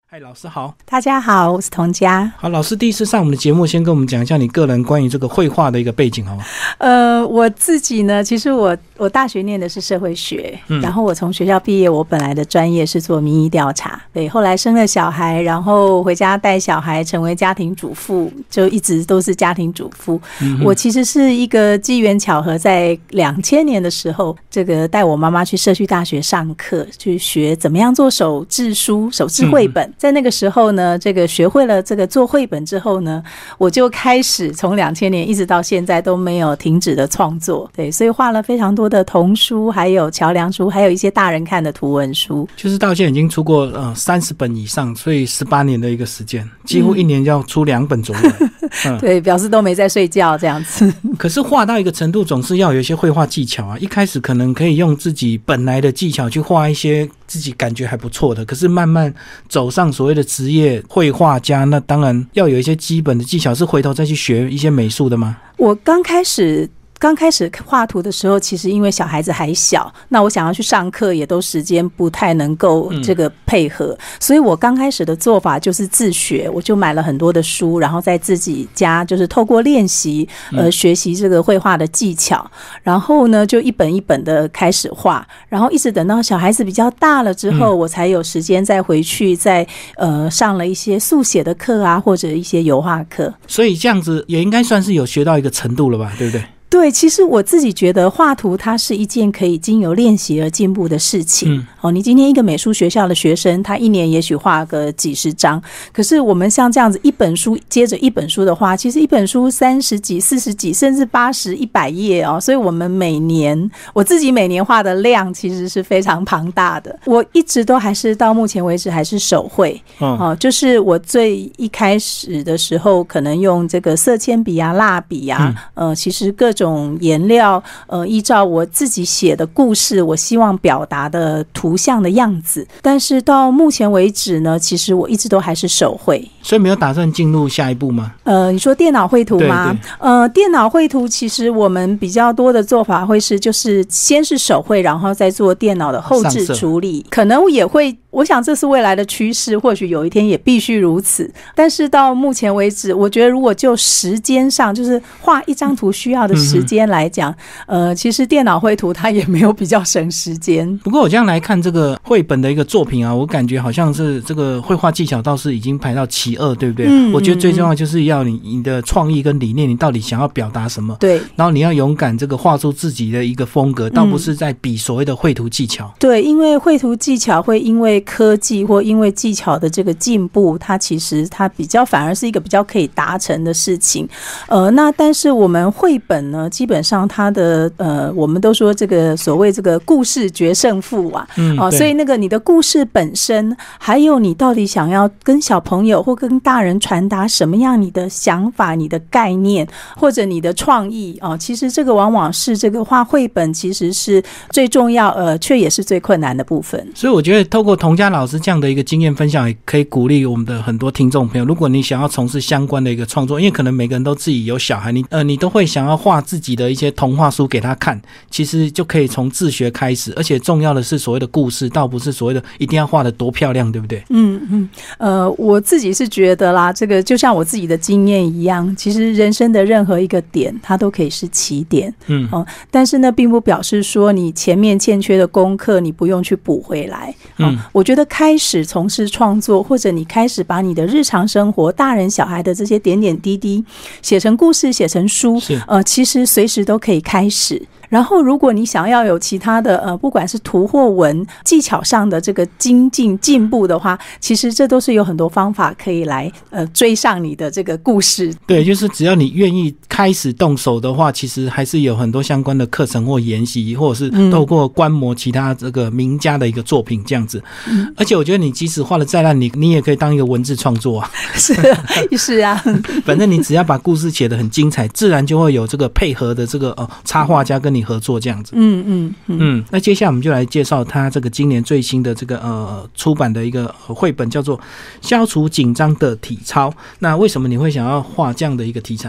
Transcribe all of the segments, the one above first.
嗨，老师好。 大家好，我是童佳。 好，老师第一次上我们的节目，先跟我们讲一下你个人关于这个绘画的一个背景好吗？ 我自己呢，其实我大学念的是社会学，然后我从学校毕业，我本来的专业是做民意调查，对，后来生了小孩，然后回家带小孩，成为家庭主妇，就一直都是家庭主妇。我其实是一个机缘巧合，在2000年的时候，这个带我妈妈去社区大学上课，去学怎么样做手制书、手制绘本。在那个时候呢，这个学会了这个做绘本之后呢，我就开始从2000年一直到现在都没有停止的创作。对，所以画了非常多的童书，还有桥梁书，还有一些大人看的图文书。 就是到现在已经出过30本以上，所以18年的一个时间，几乎一年就要出2本左右。 对，表示都没在睡觉这样子。 可是画到一个程度，总是要有一些绘画技巧啊。一开始可能可以用自己本来的技巧去画一些自己感觉还不错的，可是慢慢走上所谓的职业绘画家，那当然要有一些基本的技巧，是回头再去学一些美术的吗？ 我刚开始画图的时候，其实因为小孩子还小，那我想要去上课也都时间不太能够这个配合，所以我刚开始的做法就是自学，我就买了很多的书，然后在自己家就是透过练习学习这个绘画的技巧，然后呢就一本一本的开始画，然后一直等到小孩子比较大了之后，我才有时间再回去再上了一些速写的课啊，或者一些油画课。 所以这样子也应该算是有学到一个程度了吧，对不对？ 对，其实我自己觉得画图它是一件可以经由练习而进步的事情。你今天一个美术学校的学生，他一年也许画个几十张，可是我们像这样子一本书接着一本书的话，其实一本书30几、40几，甚至80、100页哦。所以我们我自己每年画的量其实是非常庞大的。我一直都还是到目前为止还是手绘，就是我最一开始的时候，可能用这个色铅笔啊、蜡笔啊，其实各种颜料，依照我自己写的故事，我希望表达的图像的样子。但是到目前为止呢，其实我一直都还是手绘。 所以没有打算进入下一步吗？ 你说电脑绘图吗？ 对。 电脑绘图其实我们比较多的做法会是，就是先是手绘，然后再做电脑的后置处理。可能也会，我想这是未来的趋势，或许有一天也必须如此。但是到目前为止，我觉得如果就时间上，就是画一张图需要的时间来讲，其实电脑绘图它也没有比较省时间。 不过我这样来看这个绘本的一个作品啊，我感觉好像是这个绘画技巧倒是已经排到其二，对不对？我觉得最重要就是要你的创意跟理念，你到底想要表达什么？ 对。 然后你要勇敢这个画出自己的一个风格，倒不是在比所谓的绘图技巧。 对，因为绘图技巧会因为科技或因为技巧的这个进步，它其实它反而是一个比较可以达成的事情。那但是我们绘本呢，基本上它的我们都说这个所谓这个故事决胜负啊，所以那个你的故事本身，还有你到底想要跟小朋友或跟大人传达什么样你的想法、你的概念或者你的创意其实这个往往是这个画绘本其实是最重要，却也是最困难的部分。 所以我觉得透过童佳老师这样的一个经验分享，也可以鼓励我们的很多听众朋友，如果你想要从事相关的一个创作，因为可能每个人都自己有小孩，你都会想要画自己的一些童话书给他看，其实就可以从自学开始，而且重要的是所谓的故事，倒不是所谓的一定要画得多漂亮，对不对？ 我自己是觉得啦，这个就像我自己的经验一样，其实人生的任何一个点，它都可以是起点。但是呢，并不表示说你前面欠缺的功课，你不用去补回来。我觉得开始从事创作，或者你开始把你的日常生活、大人小孩的这些点点滴滴写成故事、写成书，其实随时都可以开始。然后如果你想要有其他的不管是图或文技巧上的这个进步的话，其实这都是有很多方法可以来追上你的这个故事。 对，就是只要你愿意开始动手的话，其实还是有很多相关的课程或研习，或者是透过观摩其他这个名家的一个作品这样子。而且我觉得你即使画得再烂，你也可以当一个文字创作啊。 是啊， 反正你只要把故事写得很精彩，自然就会有这个配合的这个插画家跟你合作这样子。那接下来我们就来介绍他这个今年最新的这个出版的一个绘本，叫做《消除紧张的体操》。那为什么你会想要画这样的一个题材？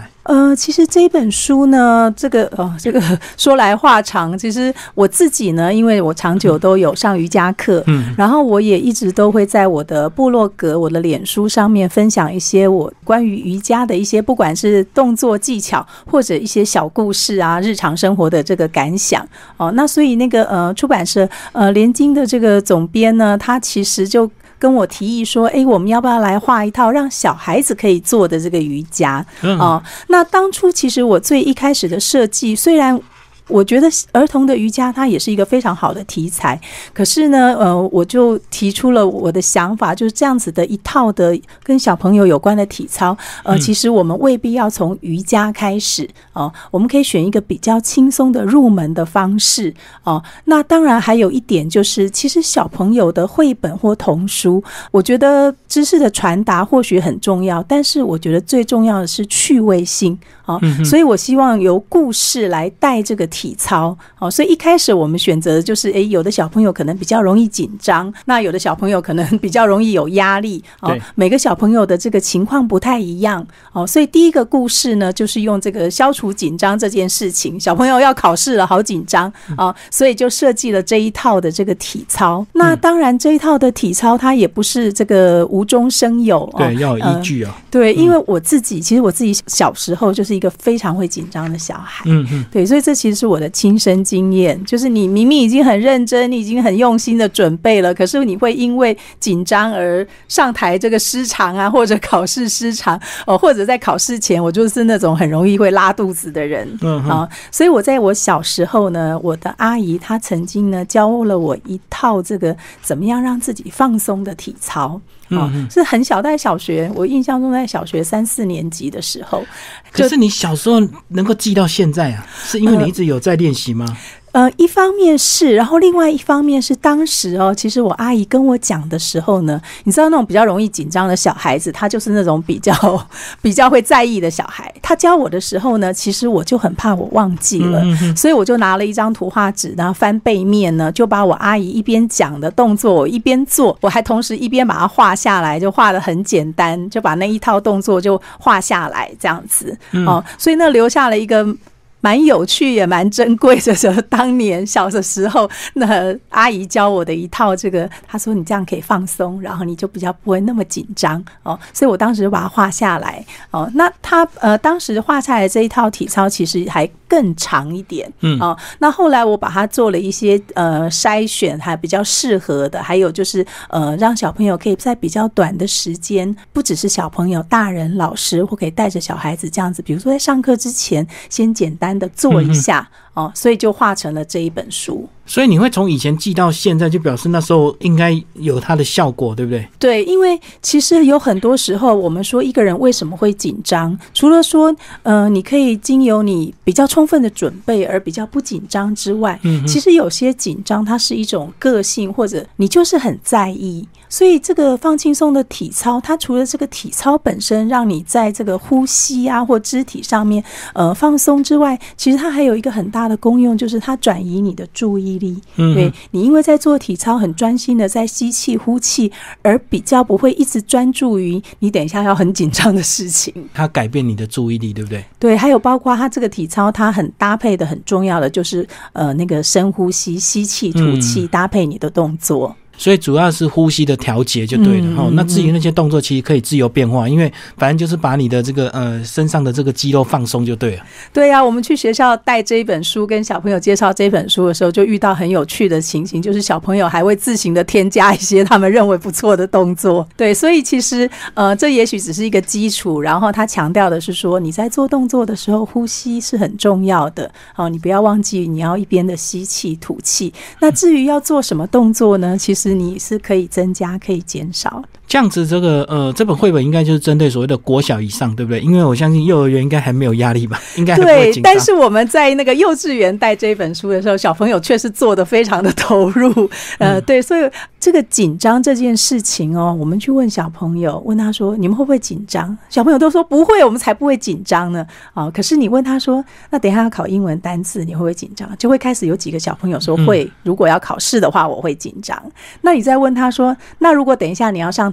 其实这本书呢，这个说来话长。其实我自己呢，因为我长久都有上瑜伽课，然后我也一直都会在我的部落格、我的脸书上面分享一些我关于瑜伽的一些，不管是动作技巧或者一些小故事啊，日常生活的这个感想。那所以那个出版社联经的这个总编呢，他其实就跟我提议说，我们要不要来画一套让小孩子可以做的这个瑜伽？那当初其实我最一开始的设计，虽然我觉得儿童的瑜伽它也是一个非常好的题材，可是呢我就提出了我的想法，就是这样子的一套的跟小朋友有关的体操，其实我们未必要从瑜伽开始，我们可以选一个比较轻松的入门的方式。那当然还有一点就是，其实小朋友的绘本或童书，我觉得知识的传达或许很重要，但是我觉得最重要的是趣味性。所以我希望由故事来带这个体操。所以一开始我们选择的就是有的小朋友可能比较容易紧张，那有的小朋友可能比较容易有压力，每个小朋友的这个情况不太一样。所以第一个故事呢，就是用这个消除紧张这件事情，小朋友要考试了，好紧张所以就设计了这一套的这个体操。那当然这一套的体操它也不是这个无中生有， 对，要有依据对，因为其实我自己小时候就是一个非常会紧张的小孩，对，所以这其实是我的亲身经验，就是你明明已经很认真，你已经很用心的准备了，可是你会因为紧张而上台这个失常啊，或者考试失常，或者在考试前我就是那种很容易会拉肚子的人。所以我在我小时候呢，我的阿姨她曾经呢教了我一套这个怎么样让自己放松的体操。是很小，在小学，我印象中在小学3-4年级的时候。 可是你小时候能够记到现在啊，是因为你一直有在练习吗？ 一方面是，然后另外一方面是当时其实我阿姨跟我讲的时候呢，你知道那种比较容易紧张的小孩子，他就是那种比较会在意的小孩。他教我的时候呢，其实我就很怕我忘记了，所以我就拿了一张图画纸，然后翻背面呢，就把我阿姨一边讲的动作我一边做，我还同时一边把它画下来，就画得很简单，就把那一套动作就画下来这样子。所以那留下了一个蛮有趣也蛮珍贵的，就是当年小的时候那阿姨教我的一套这个，她说你这样可以放松，然后你就比较不会那么紧张所以我当时就把它画下来那她当时画下来这一套体操其实还更长一点那后来我把它做了一些筛选，还比较适合的，还有就是让小朋友可以在比较短的时间，不只是小朋友，大人老师或可以带着小孩子这样子，比如说在上课之前先简单的做一下所以就画成了这一本书。 所以你会从以前记到现在，就表示那时候应该有它的效果，对不对？ 对，因为其实有很多时候我们说一个人为什么会紧张，除了说你可以经由你比较充分的准备而比较不紧张之外，其实有些紧张它是一种个性，或者你就是很在意。所以这个放轻松的体操，它除了这个体操本身让你在这个呼吸啊或肢体上面放松之外，其实它还有一个很大的功用，就是它转移你的注意力。对，你因为在做体操很专心的在吸气呼气，而比较不会一直专注于你等一下要很紧张的事情， 它改变你的注意力，对不对？ 对，还有包括它这个体操它很搭配的很重要的就是那个深呼吸，吸气吐气搭配你的动作。 所以主要是呼吸的调节就对了那至于那些动作其实可以自由变化，因为反正就是把你的这个身上的这个肌肉放松就对了。 对啊，我们去学校带这一本书跟小朋友介绍这本书的时候，就遇到很有趣的情形，就是小朋友还会自行的添加一些他们认为不错的动作。对，所以其实这也许只是一个基础，然后他强调的是说你在做动作的时候呼吸是很重要的你不要忘记你要一边的吸气吐气。那至于要做什么动作呢，其实你是可以增加可以减少。 这样子这本绘本应该就是针对所谓的国小以上，对不对？因为我相信幼儿园应该还没有压力吧，应该还不会紧张。对， 但是我们在那个幼稚园带这本书的时候，小朋友确实做得非常的投入对，所以这个紧张这件事情我们去问小朋友，问他说你们会不会紧张，小朋友都说不会，我们才不会紧张呢可是你问他说那等一下要考英文单字你会不会紧张，就会开始有几个小朋友说会如果要考试的话我会紧张。那你再问他说那如果等一下你要上台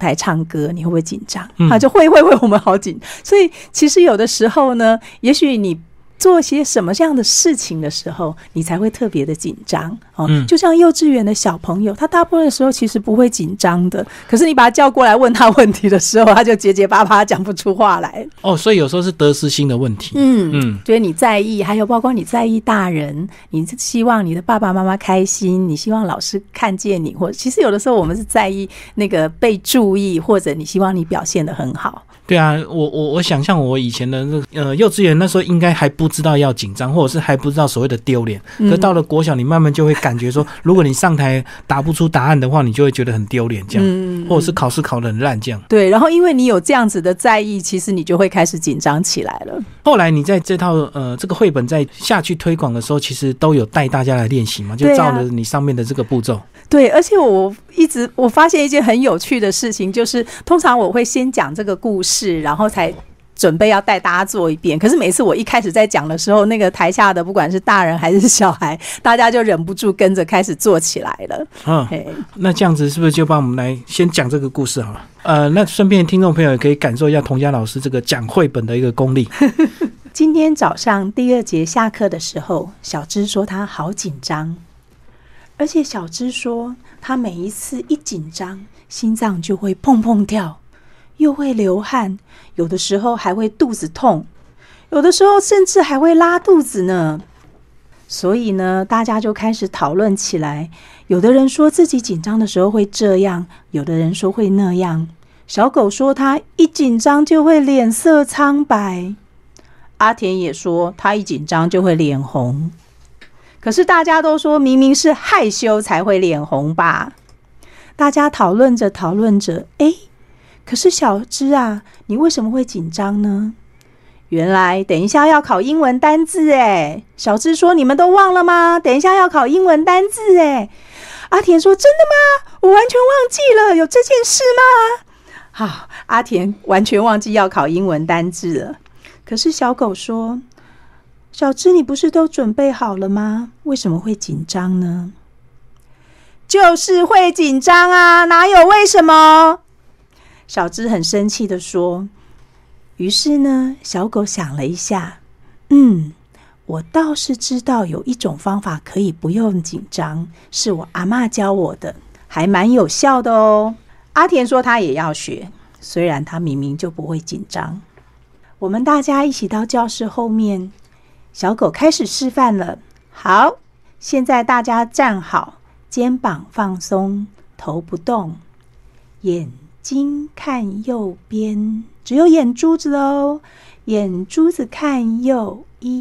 台唱歌，你会不会紧张？就会，我们好紧。所以其实有的时候呢，也许你做些什么样的事情的时候，你才会特别的紧张就像幼稚园的小朋友，他大部分的时候其实不会紧张的，可是你把他叫过来问他问题的时候，他就结结巴巴讲不出话来。 所以有时候是得失心的问题。 所以你在意，还有包括你在意大人，你希望你的爸爸妈妈开心，你希望老师看见你，或者其实有的时候我们是在意那个被注意，或者你希望你表现得很好。 对啊，我想象我以前的幼稚园那时候应该还不知道要紧张，或者是还不知道所谓的丢脸。可到了国小，你慢慢就会感觉说，如果你上台答不出答案的话，你就会觉得很丢脸这样，或者是考试考得很烂这样。 对，然后因为你有这样子的在意，其实你就会开始紧张起来了。 后来你在这套这个绘本在下去推广的时候，其实都有带大家来练习嘛，就照了你上面的这个步骤。 对，而且我发现一件很有趣的事情，就是通常我会先讲这个故事，然后才准备要带大家做一遍。可是每次我一开始在讲的时候，那个台下的不管是大人还是小孩，大家就忍不住跟着开始做起来了。 那这样子是不是就帮我们来先讲这个故事好了？那顺便听众朋友也可以感受一下童佳老师这个讲绘本的一个功力。 今天早上第2节下课的时候，小芝说她好紧张。而且小芝说她每一次一紧张，心脏就会砰砰跳，又会流汗，有的时候还会肚子痛，有的时候甚至还会拉肚子呢。所以呢，大家就开始讨论起来，有的人说自己紧张的时候会这样，有的人说会那样。小狗说他一紧张就会脸色苍白，阿田也说他一紧张就会脸红。可是大家都说明明是害羞才会脸红吧。大家讨论着可是小芝啊，你为什么会紧张呢？原来等一下要考英文单字小芝说你们都忘了吗？等一下要考英文单字阿田说真的吗？我完全忘记了有这件事吗？阿田完全忘记要考英文单字了。可是小狗说，小芝你不是都准备好了吗？为什么会紧张呢？就是会紧张啊，哪有为什么？小芝很生气地说。于是呢，小狗想了一下，我倒是知道有一种方法可以不用紧张，是我阿嬷教我的，还蛮有效的哦。阿田说他也要学，虽然他明明就不会紧张。我们大家一起到教室后面，小狗开始示范了。好，现在大家站好，肩膀放松，头不动，眼睛看右边，只有眼珠子哦，眼珠子看右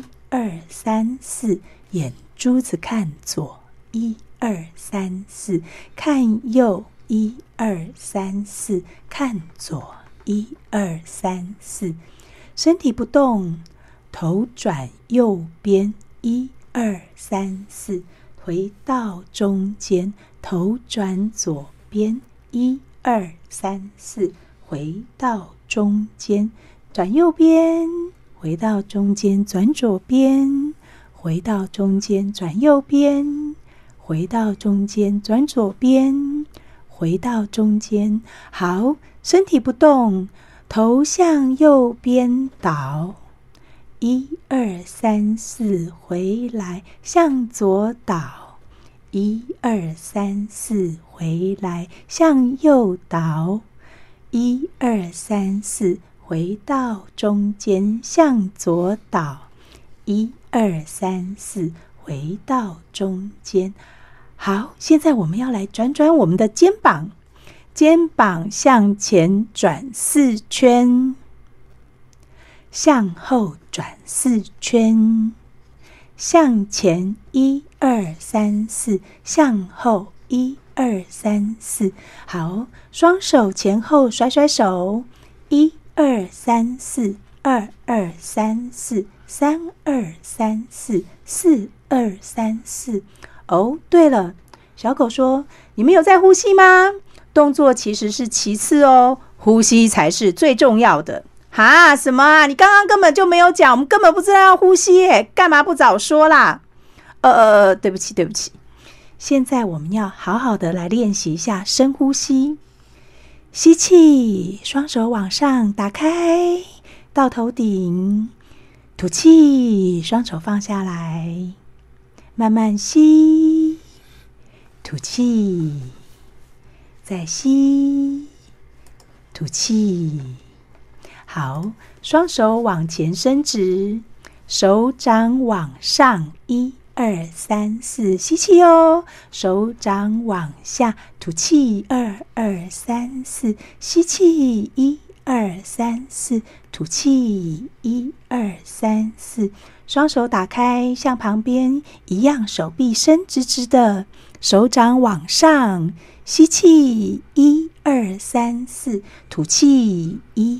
，1、2、3、4，眼珠子看左，1、2、3、4，看右，1、2、3、4，看左，1、2、3、4，身体不动，头转右边，1、2、3、4，回到中间，头转左边，1、2、3、4，回到中间，转右边，回到中间，转左边，回到中间，转右边，回到中间，转左边，回到中间。好，身体不动，头向右边倒，1、2、3、4，回来，向左倒，1、2、3、4，回来，向右倒，1、2、3、4，回到中间，向左倒，1、2、3、4，回到中间。好，现在我们要来转转我们的肩膀，肩膀向前转4圈，向后转4圈，向前1、2、3、4，向后1、2、3、4。好，双手前后甩甩手，1、2、3、4，2、2、3、4，3、2、3、4，4、2、3、4。哦，对了，小狗说，你们有在呼吸吗？动作其实是其次哦，呼吸才是最重要的。哈，什么啊？你刚刚根本就没有讲，我们根本不知道要呼吸耶，干嘛不早说啦？对不起。现在我们要好好的来练习一下深呼吸。 吸气，双手往上打开到头顶，吐气，双手放下来，慢慢吸，吐气，再吸，吐气。好，双手往前伸直，手掌往上，1、2、3、4，吸气哦，手掌往下，吐气，2、2、3、4，吸气，1、2、3、4，吐气，1、2、3、4，双手打开，向旁边一样，手臂伸直直的，手掌往上，吸气，1、2、3、4，吐气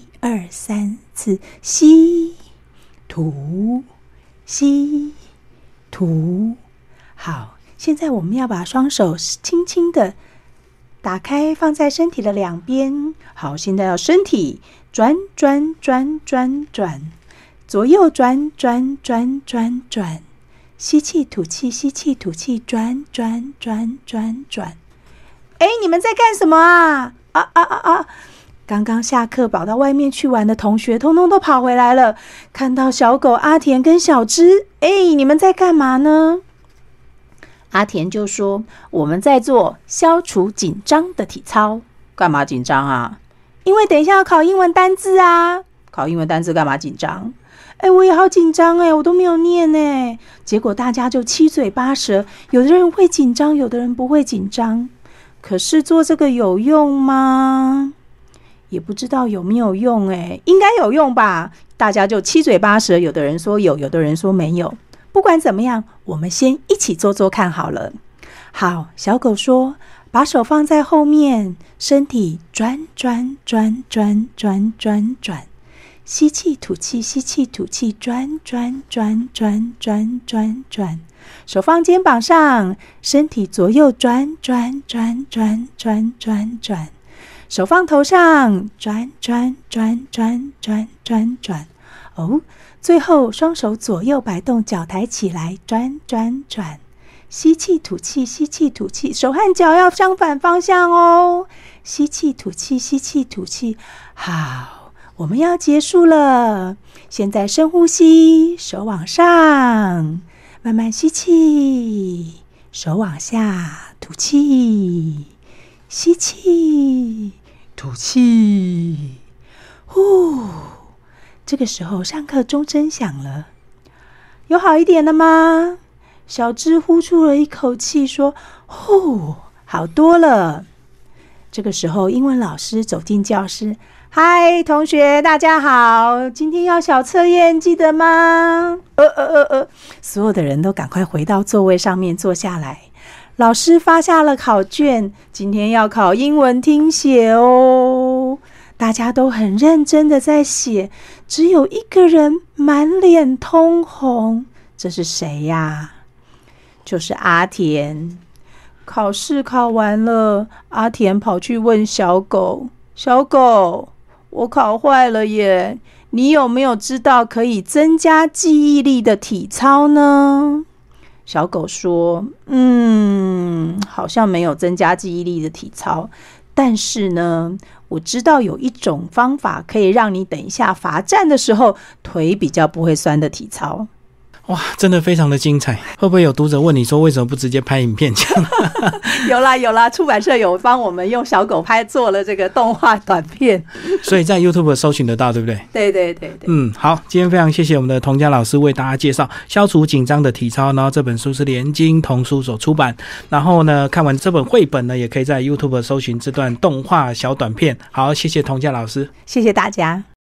，1、2、3、4，吸，吐，吸，吐。好，现在我们要把双手轻轻的打开，放在身体的两边。好，现在要身体转转转转转，左右转转转转转，吸气吐气，吸气吐气，转转转转转。你们在干什么啊？刚刚下课跑到外面去玩的同学通通都跑回来了，看到小狗阿田跟小芝，你们在干嘛呢？阿田就说，我们在做消除紧张的体操。干嘛紧张啊？因为等一下要考英文单字啊。考英文单字干嘛紧张？我也好紧张我都没有念结果大家就七嘴八舌，有的人会紧张，有的人不会紧张。可是做这个有用吗？也不知道有没有用应该有用吧。大家就七嘴八舌，有的人说有，有的人说没有。不管怎么样，我们先一起做做看好了。好，小狗说，把手放在后面，身体转转转转转转转，吸气吐气，吸气吐气，转转转转转转转，手放肩膀上，身体左右转转转转转转转，手放头上，转转转转转转转。最后双手左右摆动，脚抬起来，转转转，吸气吐气，吸气吐气，手和脚要相反方向哦。吸气吐气，吸气吐气。好，我们要结束了。现在深呼吸，手往上，慢慢吸气，手往下，吐气，吸气，吐气，呼。这个时候上课钟声响了，有好一点了吗？小芝呼出了一口气说，呼，好多了。这个时候英文老师走进教室，嗨，同学大家好，今天要小测验记得吗？所有的人都赶快回到座位上面坐下来。老师发下了考卷，今天要考英文听写哦。大家都很认真的在写，只有一个人满脸通红，这是谁呀？就是阿田。考试考完了，阿田跑去问小狗，小狗，我考坏了耶，你有没有知道可以增加记忆力的体操呢？小狗说，好像没有增加记忆力的体操，但是呢，我知道有一种方法可以让你等一下罚站的时候腿比较不会酸的体操。 哇，真的非常的精彩。会不会有读者问你说为什么不直接拍影片这样？ 有啦，出版社有帮我们用小狗拍做了这个动画短片， 所以在 YouTube 搜寻得到，对不对？ 对。 好，今天非常谢谢我们的童佳老师为大家介绍消除紧张的体操，然后这本书是联经童书所出版，然后呢看完这本绘本呢，也可以在 YouTube 搜寻这段动画小短片。好，谢谢童佳老师， 谢谢大家。